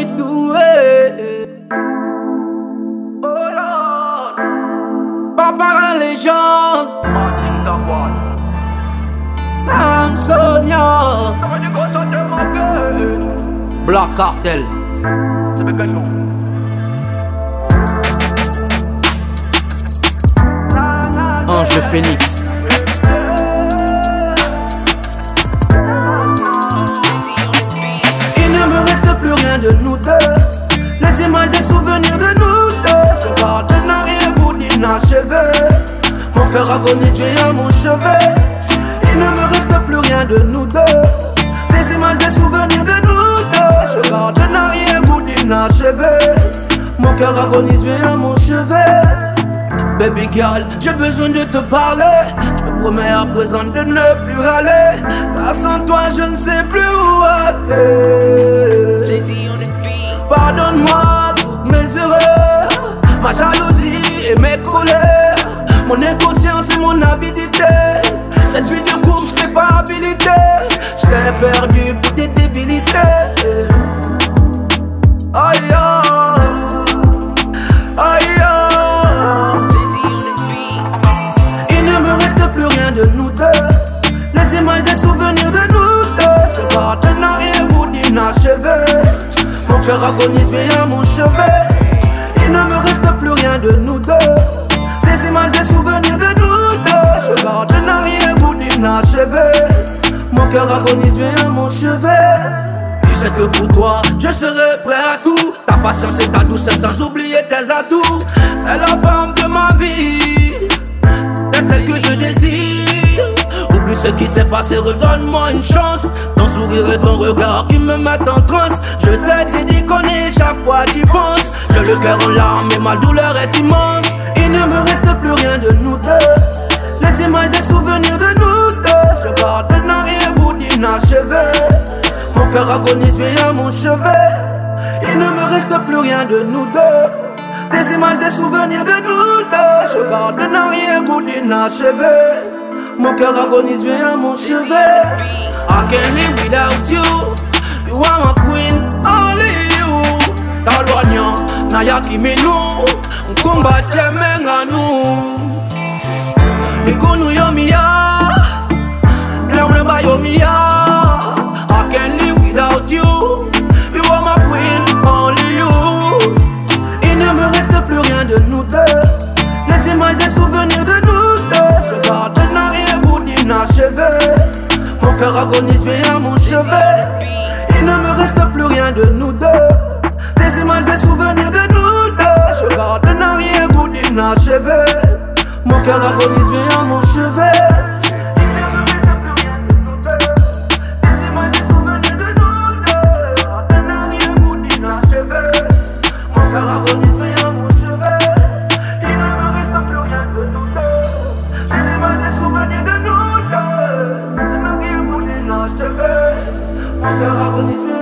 doué. Oh Lord, Papa la légende, Samsonia, Black Cartel. Ange Phoenix. Il ne me reste plus rien de nous deux. Les images des souvenirs de nous deux. Je garde un arrière-goût d'inachevé. Mon cœur agonise bien à mon chevet. Il ne me reste plus rien de nous deux. Les images des souvenirs de nous deux. Je garde un arrière-goût d'inachevé. Mon cœur agonise bien à mon chevet. Baby girl, j'ai besoin de te parler. Je te promets à présent de ne plus râler. Car sans toi je ne sais plus où aller. Pardonne-moi toutes mes erreurs, ma jalousie et mes colères, mon inconscience et mon avidité. Cette vie de course, je n'ai pas habilité. Je t'ai perdu pour des débilités. Aïe aïe. De nous deux, les images des souvenirs de nous deux. Je garde un arrière-goût d'inachevé. Mon cœur agonise bien à mon chevet. Il ne me reste plus rien de nous deux. Les images des souvenirs de nous deux. Je garde un arrière-goût d'inachevé. Mon cœur agonise bien à mon chevet. Tu sais que pour toi, je serai prêt à tout. Ta patience et ta douceur sans oublier tes atouts. T'es la femme de ma vie, t'es celle que je désire. Oublie ce qui s'est passé, redonne-moi une chance. Ton sourire et ton regard qui me mettent en transe. Je sais que j'ai déconné, chaque fois j'y pense. J'ai le cœur en larmes et ma douleur est immense. Il ne me reste plus rien de nous deux. Les images des souvenirs de nous deux. Je garde un arrière-goût d'inachevé. Mon cœur agonise bien à mon chevet. Il ne me reste plus rien de nous deux. Des images, des souvenirs de nous deux. Je garde un arrière-goût d'inachevé. Mon cœur agonise bien à mon chevet. I can't live without you. You are my queen, only you. Talwanya, naya kimenu. Nkumba chemenga nu. Mikunu yomiya, lemleba yomiya. I can't live without you. You are my queen, only you. Il ne me reste plus rien de nous deux. Les images des souvenirs de nous deux. Je garde un arrière-goût d'inachevé. Mon cœur agonise bien à mon chevet. Il ne me reste plus rien de nous deux. Les images des souvenirs de nous deux. Je garde un arrière-goût d'inachevé. Mon cœur agonise bien à mon chevet. Il ne me reste plus rien de nous deux. Les images des souvenirs de nous deux. Je garde un arrière-goût d'inachevé. Mon cœur agonise bien à mon chevet. Il ne me reste plus rien de nous deux. Les images des souvenirs de nous deux. Un arrière-goût d'inachevé. Mon cœur agonise bien.